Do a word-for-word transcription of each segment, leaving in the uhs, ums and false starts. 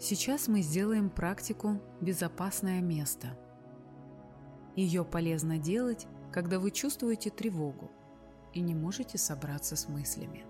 Сейчас мы сделаем практику «Безопасное место». Ее полезно делать, когда вы чувствуете тревогу и не можете собраться с мыслями.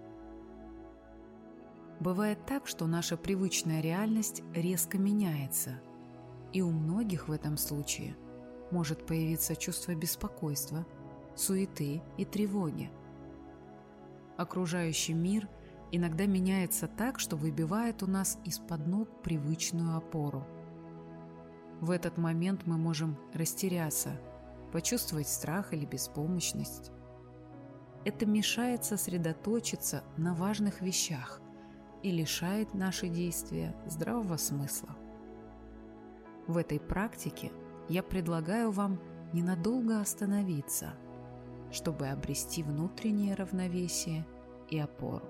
Бывает так, что наша привычная реальность резко меняется, и у многих в этом случае может появиться чувство беспокойства, суеты и тревоги. Окружающий мир иногда меняется так, что выбивает у нас из-под ног привычную опору. В этот момент мы можем растеряться, почувствовать страх или беспомощность. Это мешает сосредоточиться на важных вещах и лишает наши действия здравого смысла. В этой практике я предлагаю вам ненадолго остановиться, чтобы обрести внутреннее равновесие и опору.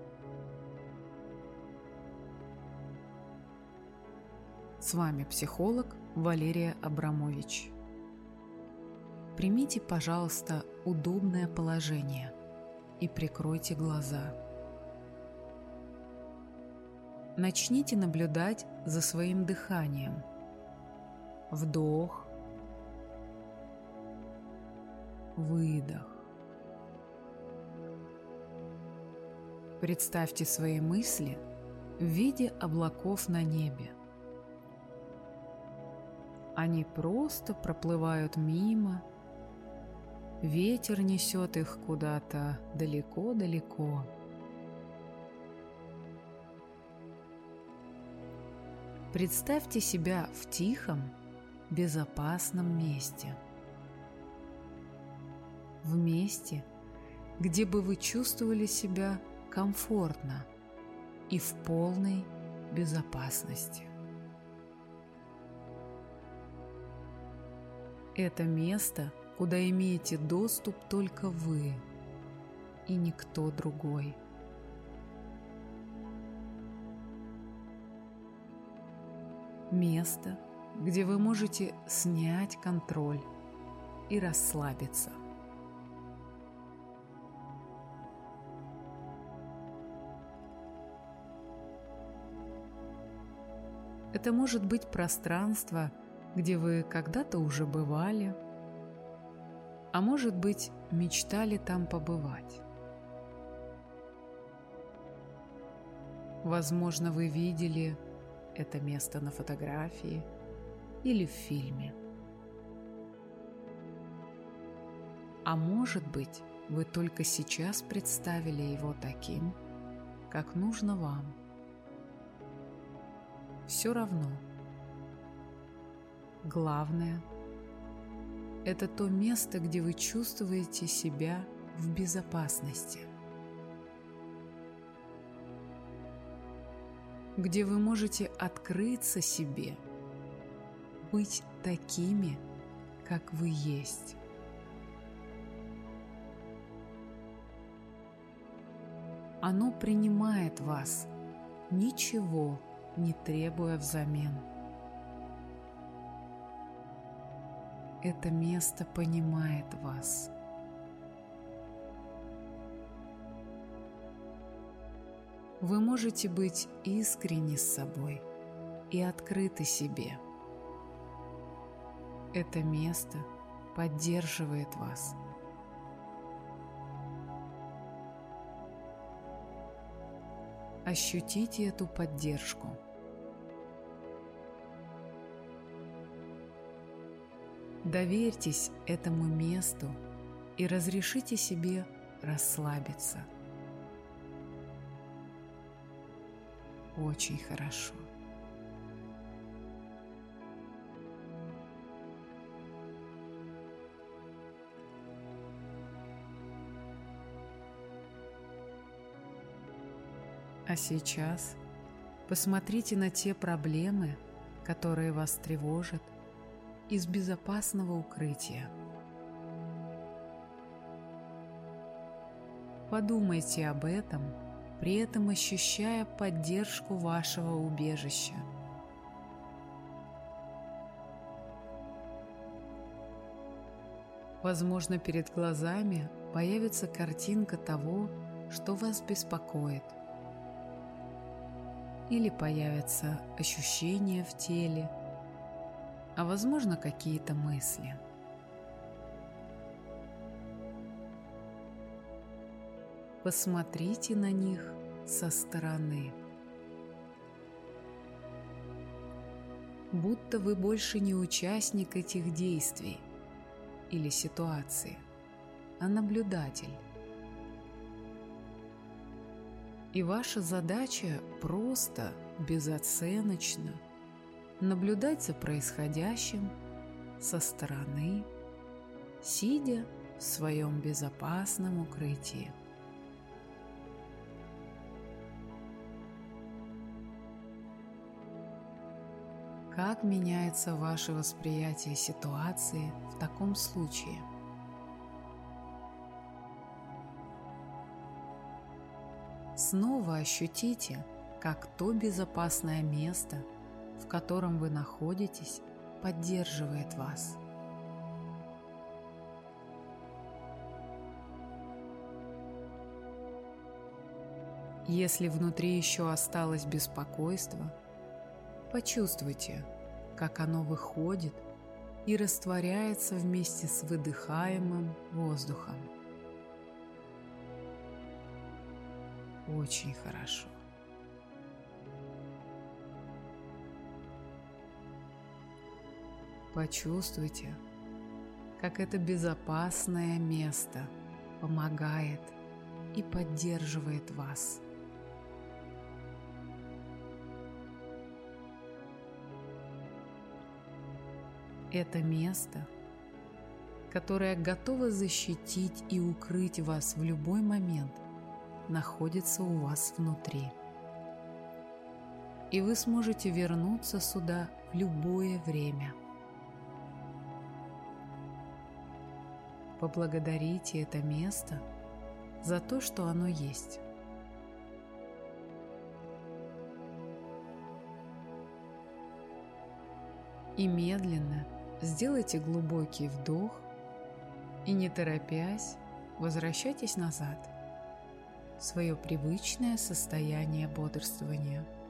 С вами психолог Валерия Абрамович. Примите, пожалуйста, удобное положение и прикройте глаза. Начните наблюдать за своим дыханием. Вдох, выдох. Представьте свои мысли в виде облаков на небе. Они просто проплывают мимо, ветер несет их куда-то далеко-далеко. Представьте себя в тихом, безопасном месте. В месте, где бы вы чувствовали себя комфортно и в полной безопасности. Это место, куда имеете доступ только вы и никто другой. Место, где вы можете снять контроль и расслабиться. Это может быть пространство, где вы когда-то уже бывали, а может быть, мечтали там побывать. Возможно, вы видели это место на фотографии или в фильме. А может быть, вы только сейчас представили его таким, как нужно вам. Все равно. Главное – это то место, где вы чувствуете себя в безопасности, где вы можете открыться себе, быть такими, как вы есть. Оно принимает вас, ничего не требуя взамен. Это место понимает вас. Вы можете быть искренни с собой и открыты себе. Это место поддерживает вас. Ощутите эту поддержку. Доверьтесь этому месту и разрешите себе расслабиться. Очень хорошо. А сейчас посмотрите на те проблемы, которые вас тревожат, из безопасного укрытия. Подумайте об этом, при этом ощущая поддержку вашего убежища. Возможно, перед глазами появится картинка того, что вас беспокоит. или появятся ощущения в теле, а возможно какие-то мысли. Посмотрите на них со стороны. Будто вы больше не участник этих действий или ситуации, а наблюдатель. И ваша задача просто, безоценочно наблюдать за происходящим со стороны, сидя в своем безопасном укрытии. Как меняется ваше восприятие ситуации в таком случае? Снова ощутите, как то безопасное место, в котором вы находитесь, поддерживает вас. Если внутри еще осталось беспокойство, почувствуйте, как оно выходит и растворяется вместе с выдыхаемым воздухом. Очень хорошо. Почувствуйте, как это безопасное место помогает и поддерживает вас. Это место, которое готово защитить и укрыть вас в любой момент, находится у вас внутри. И вы сможете вернуться сюда в любое время. Поблагодарите это место за то, что оно есть. И медленно сделайте глубокий вдох и, не торопясь, возвращайтесь назад в свое привычное состояние бодрствования.